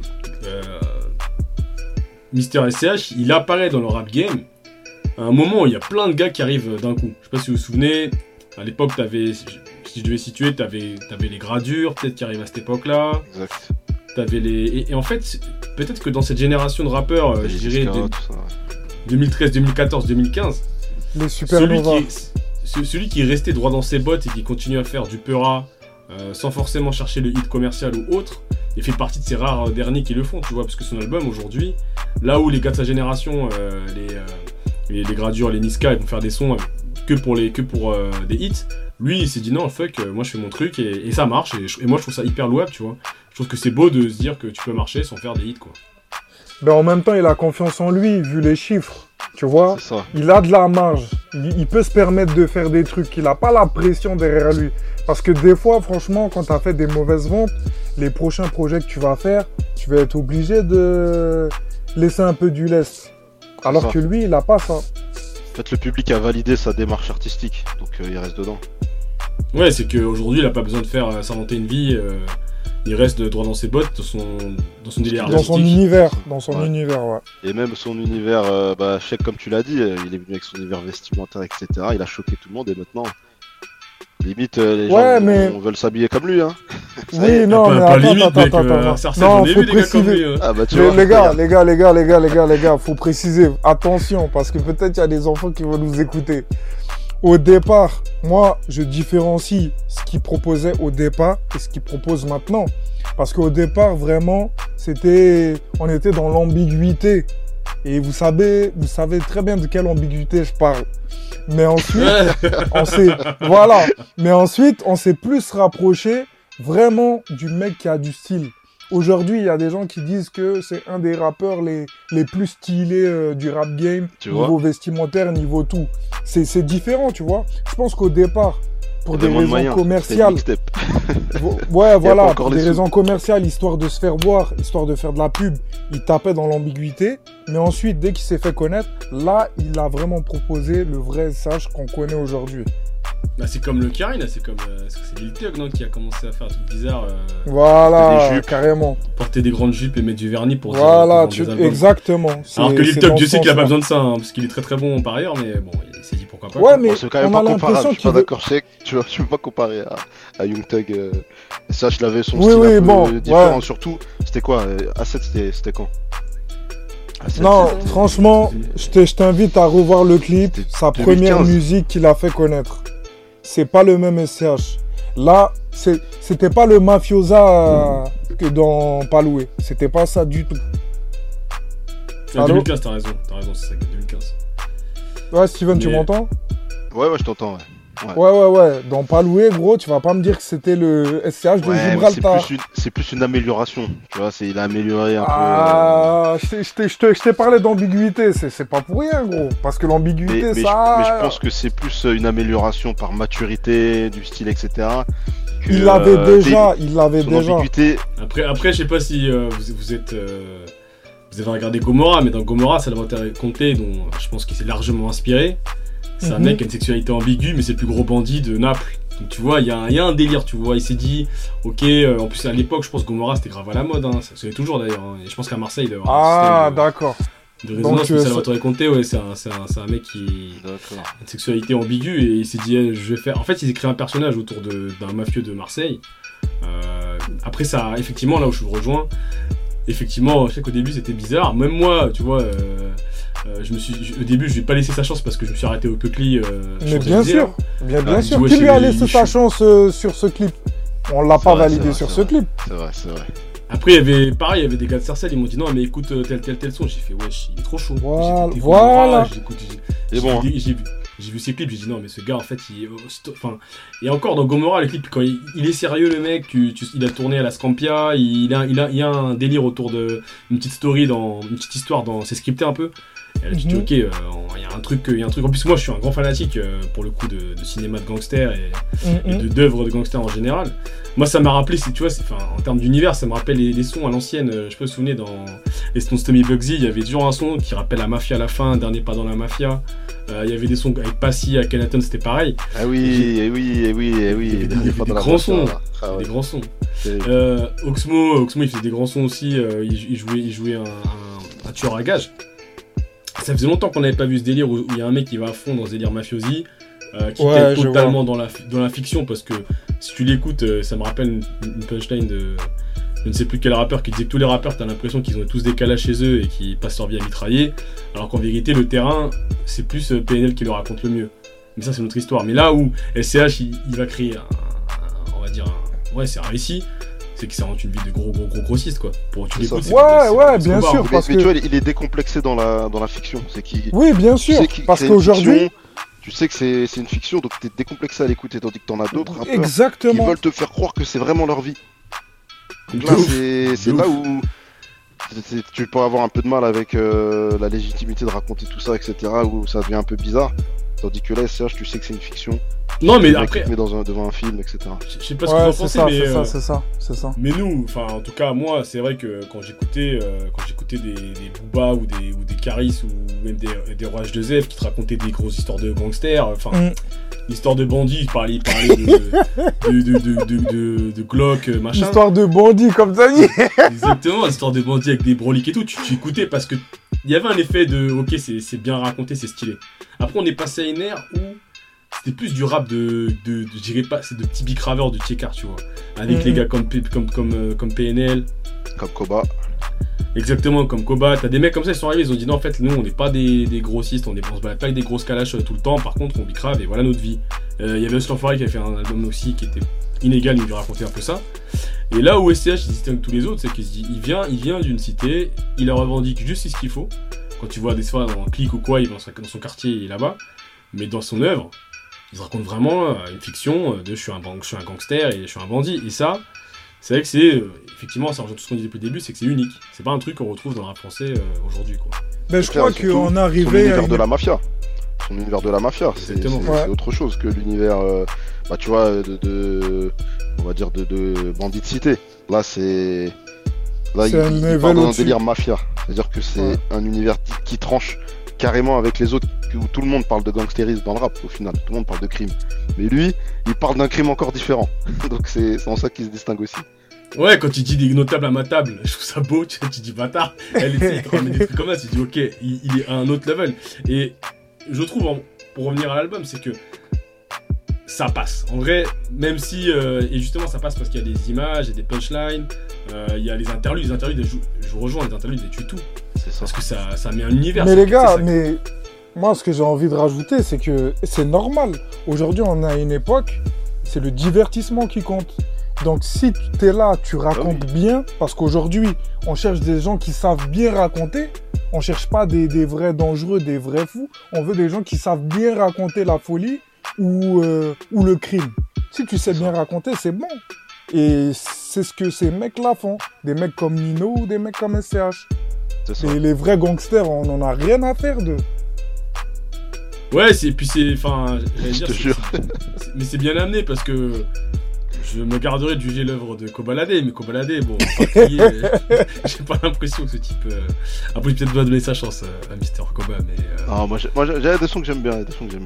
Mister SCH, il apparaît dans le rap game à un moment où il y a plein de gars qui arrivent d'un coup. Je sais pas si vous vous souvenez, à l'époque, si je devais situer, t'avais les Gradures, peut-être qui arrivent à cette époque-là. Exact. T'avais et en fait, peut-être que dans cette génération de rappeurs, je dirais 2013, 2014, 2015, les Supernova. Celui qui est resté droit dans ses bottes et qui continue à faire du Peura, sans forcément chercher le hit commercial ou autre, et fait partie de ces rares derniers qui le font, tu vois, parce que son album aujourd'hui, là où les gars de sa génération, les Gradure, les Niska, ils vont faire des sons que pour des hits, lui il s'est dit non, fuck, moi je fais mon truc et ça marche, et moi je trouve ça hyper louable, tu vois. Je trouve que c'est beau de se dire que tu peux marcher sans faire des hits, quoi. Ben en même temps, il a confiance en lui, vu les chiffres, tu vois. Il a de la marge, il peut se permettre de faire des trucs, il n'a pas la pression derrière lui. Parce que des fois, franchement, quand tu as fait des mauvaises ventes, les prochains projets que tu vas faire, tu vas être obligé de laisser un peu du lest. Alors que lui, il n'a pas ça. En fait, le public a validé sa démarche artistique, donc il reste dedans. Ouais, c'est qu'aujourd'hui, il n'a pas besoin de faire s'inventer une vie. Il reste droit dans ses bottes, dans son délire artistique. Dans son univers, ouais. Et même son univers, Sheck, comme tu l'as dit, il est venu avec son univers vestimentaire, etc. Il a choqué tout le monde et maintenant, limite, les gens veulent s'habiller comme lui, hein. Oui, non, mais attends. Non, faut préciser. Ah bah tu vois. Les gars, faut préciser. Attention, parce que peut-être il y a des enfants qui vont nous écouter. Au départ, moi, je différencie ce qu'il proposait au départ et ce qu'il propose maintenant. Parce qu'au départ, vraiment, on était dans l'ambiguïté. Et vous savez très bien de quelle ambiguïté je parle. Mais ensuite, on s'est plus rapproché vraiment du mec qui a du style. Aujourd'hui, il y a des gens qui disent que c'est un des rappeurs les plus stylés du rap game, niveau vestimentaire, niveau tout. C'est différent, tu vois. Je pense qu'au départ, pour des raisons commerciales, pour des raisons commerciales, histoire de se faire voir, histoire de faire de la pub, il tapait dans l'ambiguïté. Mais ensuite, dès qu'il s'est fait connaître, là, il a vraiment proposé le vrai Sage qu'on connaît aujourd'hui. Bah, c'est comme le Karine, c'est Lil Tug, non, qui a commencé à faire des trucs bizarres. Voilà, carrément. Porter des grandes jupes et mettre du vernis pour exactement. Alors que Lil Tug, je sais qu'il a pas besoin de ça, hein, parce qu'il est très très bon par ailleurs, mais bon, il s'est dit pourquoi pas. Ouais, mais c'est quand même pas comparable. Je suis pas d'accord, Sheck. Tu peux pas comparer à Young Thug. Ça, je l'avais son style un peu différent. Surtout, c'était quoi A7, c'était quand? Non, franchement, je t'invite à revoir le clip, sa première musique qu'il a fait connaître. C'est pas le même SCH. Là, c'était pas le mafiosa que dans Paloué. C'était pas ça du tout. 2015, t'as raison, c'est ça, 2015. Ouais, Steven, tu m'entends? Ouais, je t'entends, ouais. Ouais. Dans Paloué, gros, tu vas pas me dire que c'était le SCH de Gibraltar. C'est plus une amélioration, tu vois, il a amélioré un peu. Je t'ai parlé d'ambiguïté, c'est pas pour rien, gros. Parce que l'ambiguïté, mais je pense que c'est plus une amélioration par maturité, du style, etc. Il l'avait déjà. Ambiguïté. Après, je sais pas si vous avez regardé Gomorrah, mais dans Gomorrah, Salvatore Conte, dont je pense qu'il s'est largement inspiré. C'est un mec qui a une sexualité ambiguë, mais c'est le plus gros bandit de Naples. Donc tu vois, il y a un délire, tu vois. Il s'est dit, ok, en plus à l'époque, je pense que Gomorrah c'était grave à la mode, hein. Ça l'est toujours d'ailleurs. Hein. Et je pense qu'à Marseille, il d'accord. De résonance, mais Salvatore Conte, ouais, c'est un mec qui a une sexualité ambiguë et il s'est dit, je vais faire. En fait, il s'est créé un personnage autour d'un mafieux de Marseille. Après, ça, effectivement, là où je vous rejoins, effectivement, je sais qu'au début c'était bizarre. Même moi, tu vois. Au début, je lui ai pas laissé sa chance parce que je me suis arrêté au Peucli. Mais bien sûr. Qui lui a laissé sa chance sur ce clip? On l'a pas validé sur ce clip. C'est vrai. Après, il y avait des gars de Sarcelles, ils m'ont dit non, mais écoute tel son. J'ai fait wesh, il est trop chaud. Voilà. J'ai vu ses clips, j'ai dit non, mais ce gars en fait, et encore dans Gomorrah, le clip, quand il est sérieux, le mec, il a tourné à la Scampia, il y a un délire autour de une petite histoire c'est scripté un peu. Et elle a dit ok, il y a un truc. En plus, moi, je suis un grand fanatique pour le coup de cinéma de gangsters et d'œuvres de gangsters en général. Moi, ça m'a rappelé, en termes d'univers, ça me rappelle les sons à l'ancienne. Je peux me souvenir dans les Stones Tommy Bugsy, il y avait toujours un son qui rappelle la mafia à la fin, Dernier pas dans la mafia. Il y avait des sons avec Passy, à Kenaton, c'était pareil. Ah oui. Des grands sons. Des grands sons. Oxmo, il faisait des grands sons aussi. Il jouait un tueur à gages. Ça faisait longtemps qu'on n'avait pas vu ce délire où il y a un mec qui va à fond dans ce délire mafiosi, qui est totalement dans la fiction, parce que si tu l'écoutes, ça me rappelle une punchline de je ne sais plus quel rappeur qui disait que tous les rappeurs, t'as l'impression qu'ils ont tous des calages chez eux et qu'ils passent leur vie à mitrailler, alors qu'en vérité le terrain c'est plus PNL qui le raconte le mieux. Mais ça c'est notre histoire. Mais là où SCH il va créer ouais, c'est réussi, c'est que ça rentre une vie de gros grossiste, quoi. Pour tu l'écoutes, ouais, bien sûr. Mais tu vois, il est décomplexé dans la fiction. C'est qu'il. Oui, bien sûr. Parce qu'aujourd'hui. Tu sais que c'est une fiction, donc t'es décomplexé à l'écouter, tandis que t'en as d'autres rappeurs Exactement. qui veulent te faire croire que c'est vraiment leur vie. Donc là, c'est là où tu peux avoir un peu de mal avec la légitimité de raconter tout ça, etc., où ça devient un peu bizarre. Tandis que là, SCH, tu sais que c'est une fiction. Non, mais après. Mais devant un film, etc. Je sais pas ce que vous en pensez, mais. C'est ça. Mais nous, enfin, en tout cas, moi, c'est vrai que quand j'écoutais des Booba ou des Caris ou même des Roach de Zef qui te racontaient des grosses histoires de gangsters, enfin, l'histoire de bandits, ils parlaient de Glock, machin. Histoire de bandits, comme ça dit. Exactement, l'histoire de bandits avec des broliques et tout, tu écoutais parce que il y avait un effet de, ok, c'est bien raconté, c'est stylé. Après, on est passé à une ère où c'était plus du rap je dirais pas, c'est de petits big raveurs du Tchekar, tu vois. Avec les gars comme PNL. Comme Koba. Exactement, comme Koba. T'as des mecs comme ça, ils sont arrivés, ils ont dit non, en fait, nous, on n'est pas des grossistes, on se balade pas avec des grosses calaches tout le temps, par contre, on bicrave et voilà notre vie. Il y avait Oscar Forêt qui avait fait un album aussi qui était inégal, il lui racontait un peu ça. Et là où SCH il distingue tous les autres, c'est qu'il se dit, il vient d'une cité, il leur revendique juste ce qu'il faut. Quand tu vois des fois dans un clic ou quoi, il va dans son quartier, il est là-bas. Mais dans son œuvre, il se raconte vraiment une fiction de je suis un gangster et je suis un bandit. Et ça, c'est vrai que c'est, effectivement, ça rejoint tout ce qu'on dit depuis le début, c'est que c'est unique. C'est pas un truc qu'on retrouve dans le rap français aujourd'hui, quoi. Ben, je crois qu'on arrivait à l'univers de la mafia. Son univers de la mafia, c'est autre chose que l'univers, tu vois, on va dire de bandit de cité. Là, il parle dans un délire mafia. C'est-à-dire que c'est un univers qui tranche carrément avec les autres, où tout le monde parle de gangstérisme dans le rap, au final. Tout le monde parle de crime. Mais lui, il parle d'un crime encore différent. Donc c'est en ça qu'il se distingue aussi. Ouais, quand tu dis des notables à ma table, je trouve ça beau, tu dis bâtard. Elle essaie de ramener des trucs comme ça, tu dis ok, il est à un autre level. Et je trouve, pour revenir à l'album, c'est que ça passe. En vrai, même si... et justement, ça passe parce qu'il y a des images, il y a des punchlines, il y a les interludes. Les interludes, je vous rejoins, les interludes, ils tuent tout. C'est ça. Parce que ça met un univers. Mais les gars, moi, ce que j'ai envie de rajouter, c'est que c'est normal. Aujourd'hui, on est à une époque, c'est le divertissement qui compte. Donc, si tu es là, tu racontes bien, parce qu'aujourd'hui, on cherche des gens qui savent bien raconter. On cherche pas des vrais dangereux, des vrais fous. On veut des gens qui savent bien raconter la folie ou le crime. Si tu sais bien raconter, c'est bon. Et c'est ce que ces mecs-là font. Des mecs comme Nino ou des mecs comme SCH. Et les vrais gangsters, on n'en a rien à faire d'eux. Ouais, je te jure. Mais c'est bien amené parce que je me garderai de juger l'œuvre de Kobalade, mais Kobalade, bon, j'ai pas l'impression que ce type. Après, j'ai peut-être pas donner sa chance à Mister Koba, mais. Ah, moi j'ai des sons que j'aime bien,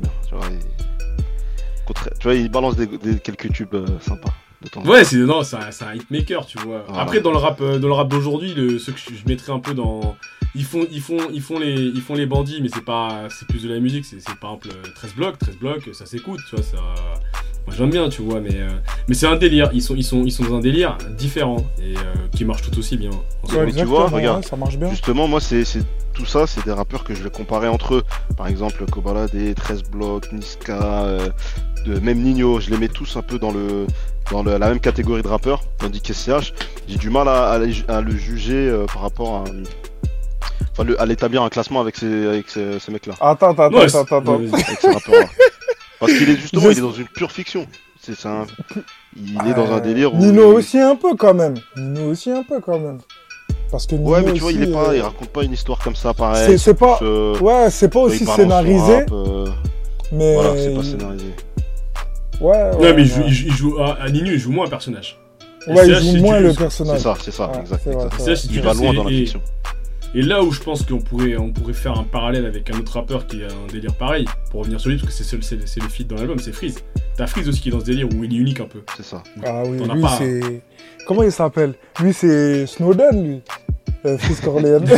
Tu vois, il balance quelques tubes sympas. Ouais, c'est un hitmaker, tu vois. Ah, après, dans le rap d'aujourd'hui, ceux que je mettrais un peu dans. Ils font les bandits, mais c'est plus de la musique. C'est par exemple 13 blocs, ça s'écoute, tu vois. Ça, moi j'aime bien, tu vois, mais c'est un délire. Ils sont dans un délire différent et qui marche tout aussi bien. Ouais, tu vois, regarde, ça marche bien. Justement, moi c'est tout ça, c'est des rappeurs que je vais comparer entre eux. Par exemple, Kobalade, 13 blocs, Niska, même Nino, je les mets tous un peu dans la même catégorie de rappeurs, tandis qu'SCH, j'ai du mal à le juger par rapport à l'établir un classement avec ces mecs-là. Attends. Avec ces rappeurs-là. Parce qu'il est justement, il est dans une pure fiction. Il est dans un délire où... Nino aussi un peu quand même. Parce que Nino ouais, mais tu vois, aussi, il raconte pas une histoire comme ça, pareil. C'est pas aussi scénarisé. Mais... Voilà, c'est pas scénarisé. Ouais, non, mais il joue à Nino, il joue moins un personnage. Ouais, il joue moins le personnage. C'est ça, exact. Il va loin dans la fiction. Et là où je pense qu'on pourrait faire un parallèle avec un autre rappeur qui a un délire pareil, pour revenir sur lui, parce que c'est le feat dans l'album, c'est Freeze. T'as Freeze aussi qui est dans ce délire où il est unique un peu. C'est ça. Ah oui, lui c'est... Comment il s'appelle ? Lui c'est Snowden, lui. Freeze Corleone.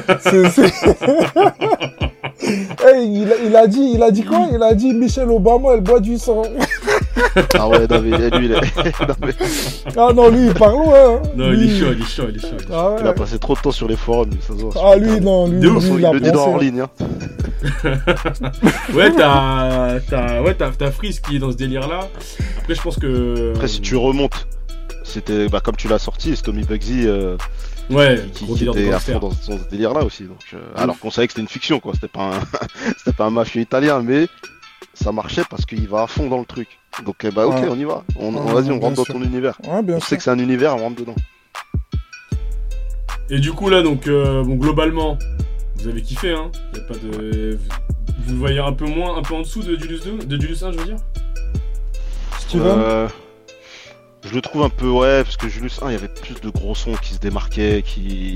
Hey, il a dit quoi ? Il a dit Michelle Obama, elle boit du sang. Ah ouais, non mais lui, il est... Ah non, lui, il parle loin. Non, lui... il est chaud. Ah ouais. Il a passé trop de temps sur les forums, ça se voit. Ah lui, non, lui, il le dit en ligne. Hein. Ouais, t'as Freeze qui est dans ce délire-là. Après, je pense que... Après, si tu remontes c'était comme tu l'as sorti, c'est Tommy Bugsy qui était à fond dans ce délire là aussi. Donc, alors qu'on savait que c'était une fiction, quoi. C'était pas un mafieux italien, mais ça marchait parce qu'il va à fond dans le truc. Donc ok, on y va. Vas-y, on rentre dans ton univers. On sait que c'est un univers, on rentre dedans. Et du coup là, donc globalement, vous avez kiffé, hein. Y a pas de... Vous le voyez un peu en dessous de Julius 2, de Julius 1, je veux dire. Steven je le trouve un peu, parce que Julius 1, il y avait plus de gros sons qui se démarquaient,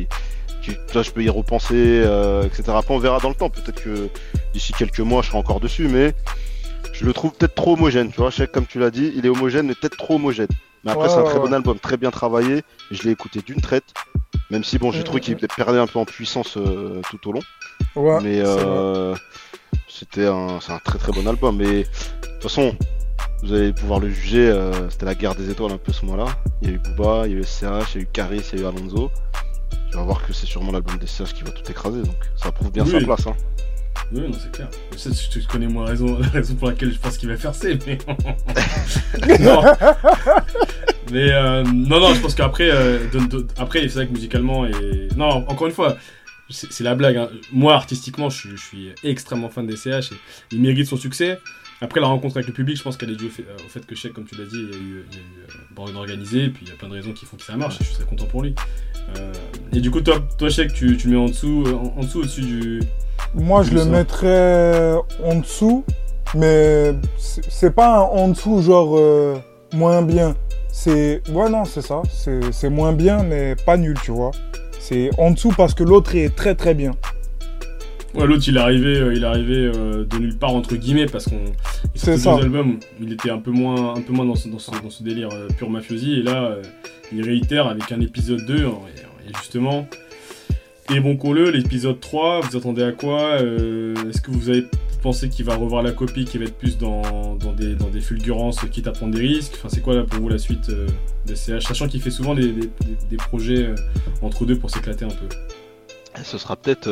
là je peux y repenser, etc. Après on verra dans le temps, peut-être que d'ici quelques mois je serai encore dessus, mais je le trouve peut-être trop homogène, tu vois, je sais que comme tu l'as dit, il est homogène mais peut-être trop homogène. Mais après c'est un très bon album, très bien travaillé, je l'ai écouté d'une traite, même si j'ai trouvé qu'il perdait un peu en puissance tout au long. Mais c'est un très très bon album, mais de toute façon... Vous allez pouvoir le juger, c'était la guerre des étoiles un peu ce mois-là. Il y a eu Booba, il y a eu SCH, il y a eu Caris, il y a eu Alonso. Tu vas voir que c'est sûrement l'album des SCH qui va tout écraser, donc ça prouve bien sa place. Hein. Oui, non, c'est clair. Je sais, tu connais moi la raison pour laquelle je pense qu'il va faire ça, mais... non. Mais non, je pense qu'après, après, c'est vrai que musicalement, et... Non, encore une fois, c'est la blague. Hein. Moi, artistiquement, je suis extrêmement fan des SCH et il mérite son succès. Après la rencontre avec le public, je pense qu'elle est due au fait que Sheik, comme tu l'as dit, il y a eu bande organisée, et puis il y a plein de raisons qui font que ça marche, et je suis très content pour lui. Et du coup, toi Sheik, tu le mets en dessous, au-dessus du... Moi, je le mettrais en dessous, mais c'est pas un en dessous genre moins bien. C'est ça, c'est moins bien, mais pas nul, tu vois. C'est en dessous parce que l'autre est très très bien. Ouais, l'autre il est arrivé de nulle part entre guillemets parce qu'on c'est ça. Deux albums, il était un peu moins dans ce délire pur mafiosi, et là il réitère avec un épisode 2 et justement et bon colleux, l'épisode 3, vous attendez à quoi? Est-ce que vous pensez qu'il va revoir la copie, qui va être plus dans des fulgurances, quitte à prendre des risques? Enfin, c'est quoi là pour vous la suite des CH, sachant qu'il fait souvent des projets entre deux pour s'éclater un peu? Ce sera peut-être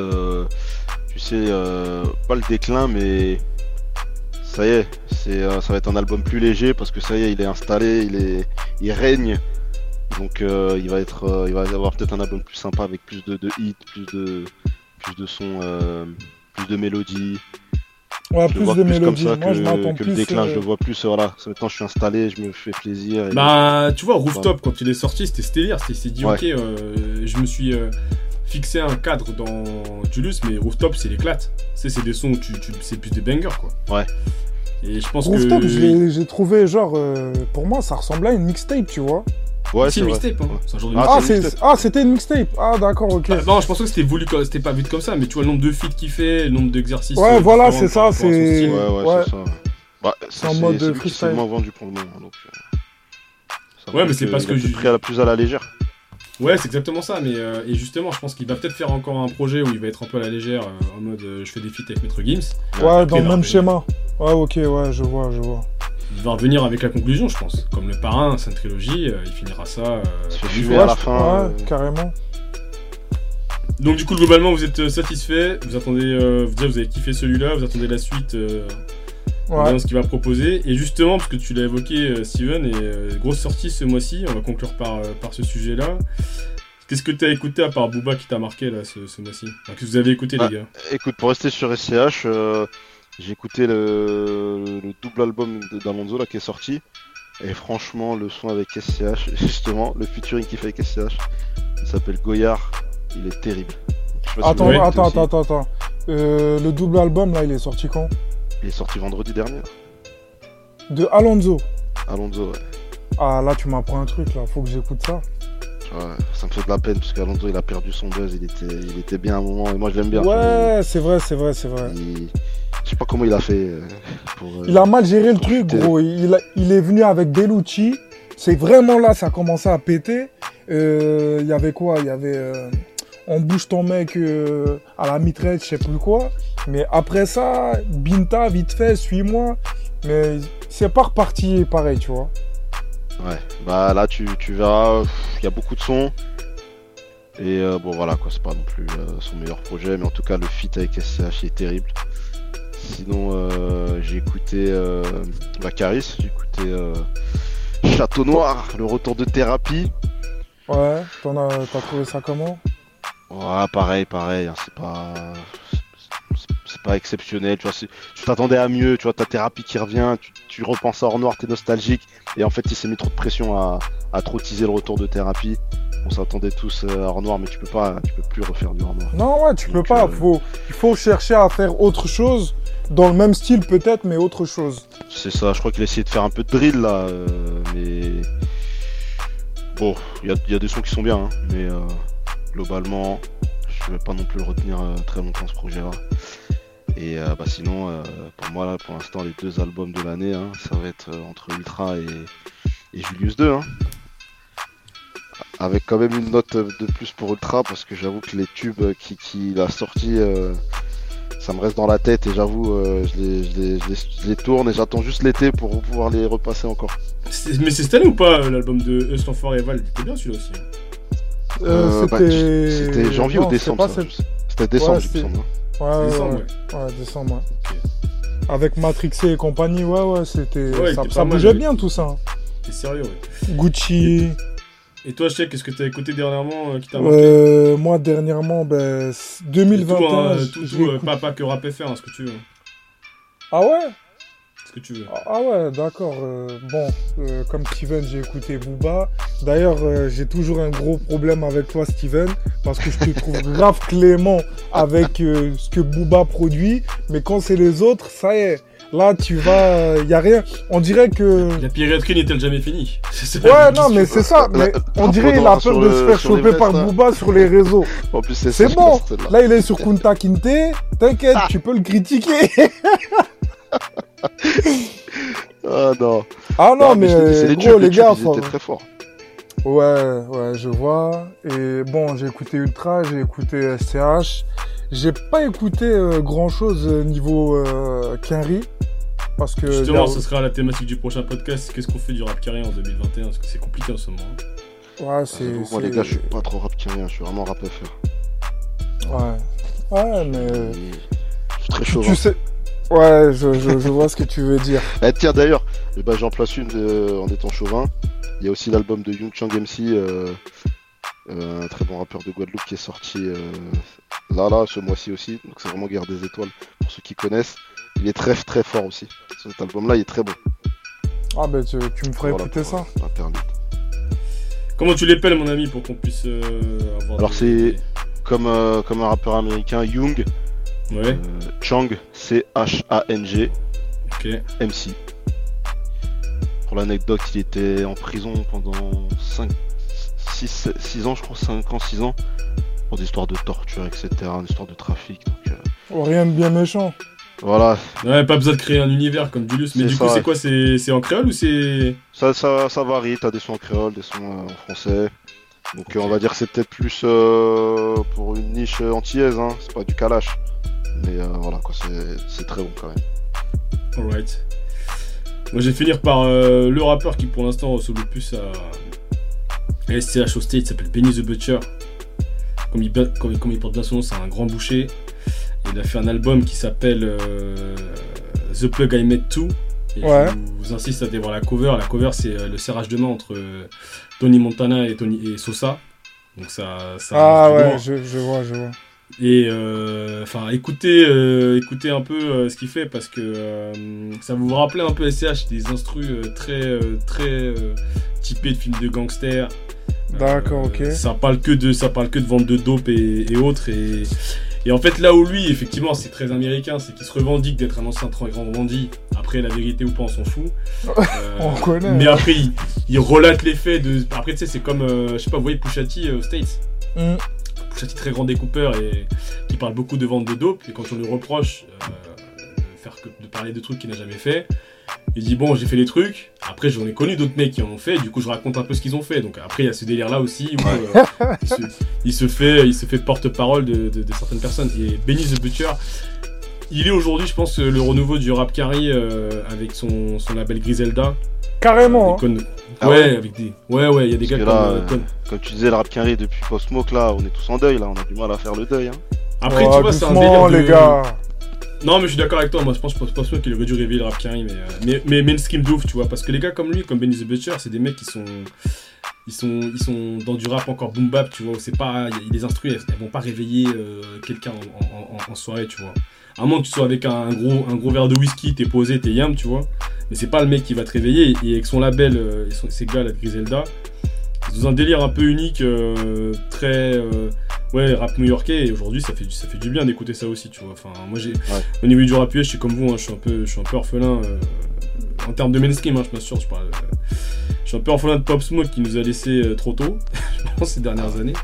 tu sais, pas le déclin, mais ça y est, ça va être un album plus léger parce que ça y est, il est installé, il règne. Donc il va avoir peut-être un album plus sympa avec plus de hits, plus de sons, plus de mélodies. Ouais, plus de mélodies. Moi, je m'attends que plus. Le déclin, je le vois plus. Voilà, maintenant je suis installé, je me fais plaisir. Tu vois, Rooftop, quand il est sorti, c'était stellaire. C'était dit, ok, je me suis fixé un cadre dans Julius, mais Rooftop, c'est l'éclate. C'est des sons où c'est plus des bangers, quoi. Ouais. Et je pense Rooftop, j'ai trouvé, genre, pour moi, ça ressemblait à une mixtape, tu vois. Ouais, c'est une mixtape, hein. C'est un genre de mixtape. C'était une mixtape. Ah, d'accord, ok. Non, je pense que c'était pas vu comme ça, mais tu vois le nombre de feats qu'il fait, le nombre d'exercices. Ouais, voilà, c'est ça, c'est. Ouais, c'est ça. Bah, c'est en mode freestyle. C'est le moins vendu pour le moment, donc. Ouais, mais c'est parce que j'ai pris plus à la légère. Ouais, c'est exactement ça, mais et justement, je pense qu'il va peut-être faire encore un projet où il va être un peu à la légère, en mode je fais des feats avec Maître Gims. Ouais, dans le même schéma. Ouais, ok, ouais, je vois. Il va revenir avec la conclusion, je pense. Comme le parrain, c'est une trilogie, il finira ça. À la fin. Ouais, carrément. Donc, du coup, globalement, vous êtes satisfait. Vous attendez, vous avez kiffé celui-là, vous attendez la suite. Ouais. Ce qu'il va proposer. Et justement, parce que tu l'as évoqué, Steven, et grosse sortie ce mois-ci, on va conclure par ce sujet-là. Qu'est-ce que tu as écouté à part Booba qui t'a marqué là ce mois-ci? Qu'est-ce que vous avez écouté, les gars? Écoute, pour rester sur SCH, j'ai écouté le double album d'Alonso là qui est sorti. Et franchement, le son avec SCH, justement, le featuring qu'il fait avec SCH, il s'appelle Goyard, il est terrible. Attends. Le double album là, il est sorti quand? Il est sorti vendredi dernier. De Alonso. Alonso, ouais. Ah là, tu m'apprends un truc là, faut que j'écoute ça. Ouais, ça me fait de la peine parce qu'Alonso il a perdu son buzz, il était bien à un moment et moi je l'aime bien. Ouais, c'est vrai. Je sais pas comment il a fait pour. Il a mal géré le truc, gros. Il est venu avec Bellucci. C'est vraiment là, ça a commencé à péter. Il y avait quoi? Il y avait on bouge ton mec à la mitraille, je sais plus quoi. Mais après ça, Binta, vite fait, suis-moi. Mais c'est pas reparti pareil, tu vois. Ouais, bah là tu verras, il y a beaucoup de sons. Et bon voilà quoi, c'est pas non plus son meilleur projet, mais en tout cas le feat avec SCH est terrible. Sinon j'ai écouté Caris, j'ai écouté Château Noir, le retour de Thérapie. Ouais, t'as trouvé ça comment? Ouais, pareil, hein, c'est pas exceptionnel, tu vois, tu t'attendais à mieux, tu vois, ta Thérapie qui revient, tu repenses à Hors Noir, t'es nostalgique, et en fait il s'est mis trop de pression à trop teaser le retour de Thérapie. On s'attendait tous à Hors Noir, mais tu peux plus refaire du Hors Noir. Non, ouais, tu peux pas, il faut chercher à faire autre chose, dans le même style peut-être, mais autre chose. C'est ça, je crois qu'il a essayé de faire un peu de drill là, mais... Bon, il y a des sons qui sont bien, hein, mais globalement, je vais pas non plus le retenir très longtemps ce projet-là. Et sinon, pour moi, là, pour l'instant, les 2 albums de l'année, hein, ça va être entre Ultra et Julius 2. Hein. Avec quand même une note de plus pour Ultra, parce que j'avoue que les tubes qu'il a sortis, ça me reste dans la tête, et j'avoue, je les tourne, et j'attends juste l'été pour pouvoir les repasser encore. Mais c'est cette année ou pas, l'album de Us l'Enfoiré et Val? Il était bien celui-là aussi. C'était janvier ou décembre, ça. C'était décembre, il me semble. Ouais, décembre. Okay. Avec Matrixé et compagnie, c'était. Ça bougeait bien tout ça. T'es sérieux, ouais. Gucci. Et toi, Cheikh, qu'est-ce que t'as écouté dernièrement qui t'a marqué? Moi, dernièrement, 2021. Tout, pas que Rap FR, ce que tu veux. Ah ouais? Ce que tu veux. Ah ouais, d'accord. Comme Steven, j'ai écouté Booba. D'ailleurs, j'ai toujours un gros problème avec toi, Steven, parce que je te trouve grave clément avec ce que Booba produit. Mais quand c'est les autres, ça y est. Là, tu vas... y a rien. On dirait que... La piraterie n'est-elle jamais finie? Ouais, non, mais c'est ça. Mais on dirait qu'il a peur de se faire choper par Booba sur les réseaux. En plus, c'est bon. Là, il est sur Kunta Kinte. T'inquiète, tu peux le critiquer. Ah non. Ah non, mais gros, les gars... Ils étaient très forts. Ouais, je vois. Et bon, j'ai écouté Ultra, j'ai écouté SCH. J'ai pas écouté grand-chose niveau Quinry. Parce que... Justement, ce sera la thématique du prochain podcast. Qu'est-ce qu'on fait du rap carré en 2021? Parce que c'est compliqué en ce moment. Ouais, c'est... Moi, les gars, je suis pas trop rap carré, je suis vraiment rap FR. Ouais, mais... Je suis très chaud. Tu sais... Ouais, je vois ce que tu veux dire. Tiens, d'ailleurs, j'en place une en étant chauvin. Il y a aussi l'album de Young Chang MC, un très bon rappeur de Guadeloupe qui est sorti là, ce mois-ci aussi. Donc c'est vraiment Guerre des Étoiles, pour ceux qui connaissent. Il est très très fort aussi. Cet album-là, il est très bon. Ah ben tu me ferais écouter ça. Internet. Comment tu l'épelles, mon ami, pour qu'on puisse avoir... Alors c'est comme un rappeur américain, Young. Ouais. Chang, C-H-A-N-G. Ok. MC. Pour l'anecdote, il était en prison pendant 6 ans, je crois, 5 ans, 6 ans, pour des histoires de torture, etc., des histoires de trafic. Donc, rien de bien méchant. Voilà. Ouais, pas besoin de créer un univers comme Julius. Mais du coup, c'est quoi? C'est en créole ou c'est... Ça varie, t'as des sons en créole, des sons en français. Donc on va dire que c'est peut-être plus pour une niche antillaise, hein. C'est pas du Kalash. Mais voilà, quoi, c'est très bon quand même. Alright. Moi, je vais finir par le rappeur qui pour l'instant ressemble le plus à SCH au State, il s'appelle Benny the Butcher. Comme il porte bien son nom, c'est un grand boucher. Il a fait un album qui s'appelle The Plug I Made Too. Et je vous insiste à aller voir la cover. La cover, c'est le serrage de main entre Tony Montana et Sosa. Donc ça ouais, je vois. Et écoutez un peu ce qu'il fait, parce que ça vous rappelle un peu SCH, des instrus très typés de films de gangsters. D'accord, ok. Ça parle que de vente de dope et autres. Et en fait, là où lui, effectivement, c'est très américain, c'est qu'il se revendique d'être un ancien très grand bandit. Après, la vérité ou pas, on s'en fout. On connaît. Mais après, il relate les faits de... Après, tu sais, c'est comme, je sais pas, vous voyez Pusha T aux States. Pusha T, très grand découpeur et qui parle beaucoup de vente de dope. Et quand on lui reproche de parler de trucs qu'il n'a jamais fait, il dit bon, j'ai fait les trucs. Après, j'en ai connu d'autres mecs qui en ont fait. Du coup, je raconte un peu ce qu'ils ont fait. Donc après, il y a ce délire-là aussi où il se fait porte-parole de certaines personnes. Et Benny the Butcher, il est aujourd'hui, je pense, le renouveau du rap carry avec son label Griselda. Carrément. Avec des... Ouais, il y a des gars comme tu disais, le rap carry depuis Post Smoke, là, on est tous en deuil, là, on a du mal à faire le deuil. Hein. Après, tu vois, c'est un délire les gars. Non, mais je suis d'accord avec toi. Moi, je pense qu'il aurait dû réveiller le rap Karim, mais mainstream de ouf, tu vois. Parce que les gars comme lui, comme Benny the Butcher, c'est des mecs qui sont. Ils sont dans du rap encore boom bap, tu vois. C'est pas, les instrus, elles vont pas réveiller quelqu'un en soirée, tu vois. À moins que tu sois avec un gros verre de whisky, t'es posé, t'es yam, tu vois. Mais c'est pas le mec qui va te réveiller. Et avec son label, ces gars là, Griselda, ils ont un délire un peu unique, très rap new-yorkais. Et aujourd'hui, ça fait du bien d'écouter ça aussi, tu vois. Enfin, moi, au niveau du rap US, je suis comme vous, hein, je suis un peu orphelin en termes de mainstream, hein, je m'assure. Je suis un peu orphelin de Pop Smoke qui nous a laissé trop tôt, je pense, ces dernières années.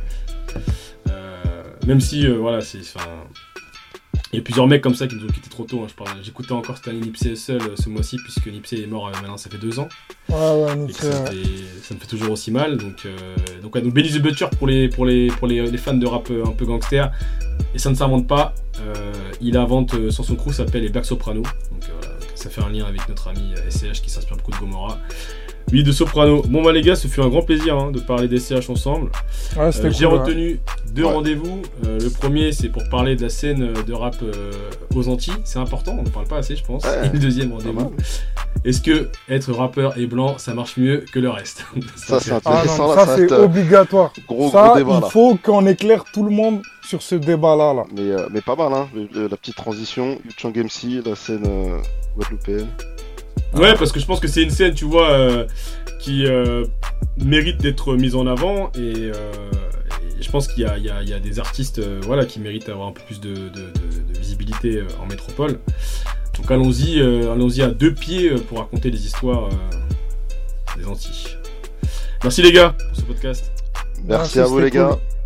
Même si, il y a plusieurs mecs comme ça qui nous ont quitté trop tôt. Hein. J'écoutais encore cette année Nipsey Hussle ce mois-ci, puisque Nipsey est mort maintenant, ça fait 2 ans. Ouais, Nipsey. Ça me fait toujours aussi mal. Donc Benny the Butcher pour les fans de rap un peu gangster. Et ça ne s'invente pas. Il invente son crew, s'appelle les Black Soprano. Donc ça fait un lien avec notre ami SCH qui s'inspire beaucoup de Gomorrah. Oui, de Soprano. Bon les gars, ce fut un grand plaisir de parler d'SCH ensemble. Ouais, c'était cool, j'ai retenu 2 rendez-vous. Le premier, c'est pour parler de la scène de rap aux Antilles. C'est important, on ne parle pas assez, je pense. Et le deuxième rendez-vous, est-ce que être rappeur et blanc, ça marche mieux que le reste? Ça, c'est intéressant. Ça, c'est obligatoire. Gros débat, il faut qu'on éclaire tout le monde sur ce débat-là. Là. Mais pas mal, hein. La petite transition, Yuchang MC, la scène guadeloupéenne. Ouais, parce que je pense que c'est une scène, tu vois, qui mérite d'être mise en avant et je pense qu'il y a des artistes qui méritent d'avoir un peu plus de visibilité en métropole. Donc allons-y à 2 pieds pour raconter les histoires des Antilles. Merci les gars pour ce podcast. Merci à vous les gars. Cool.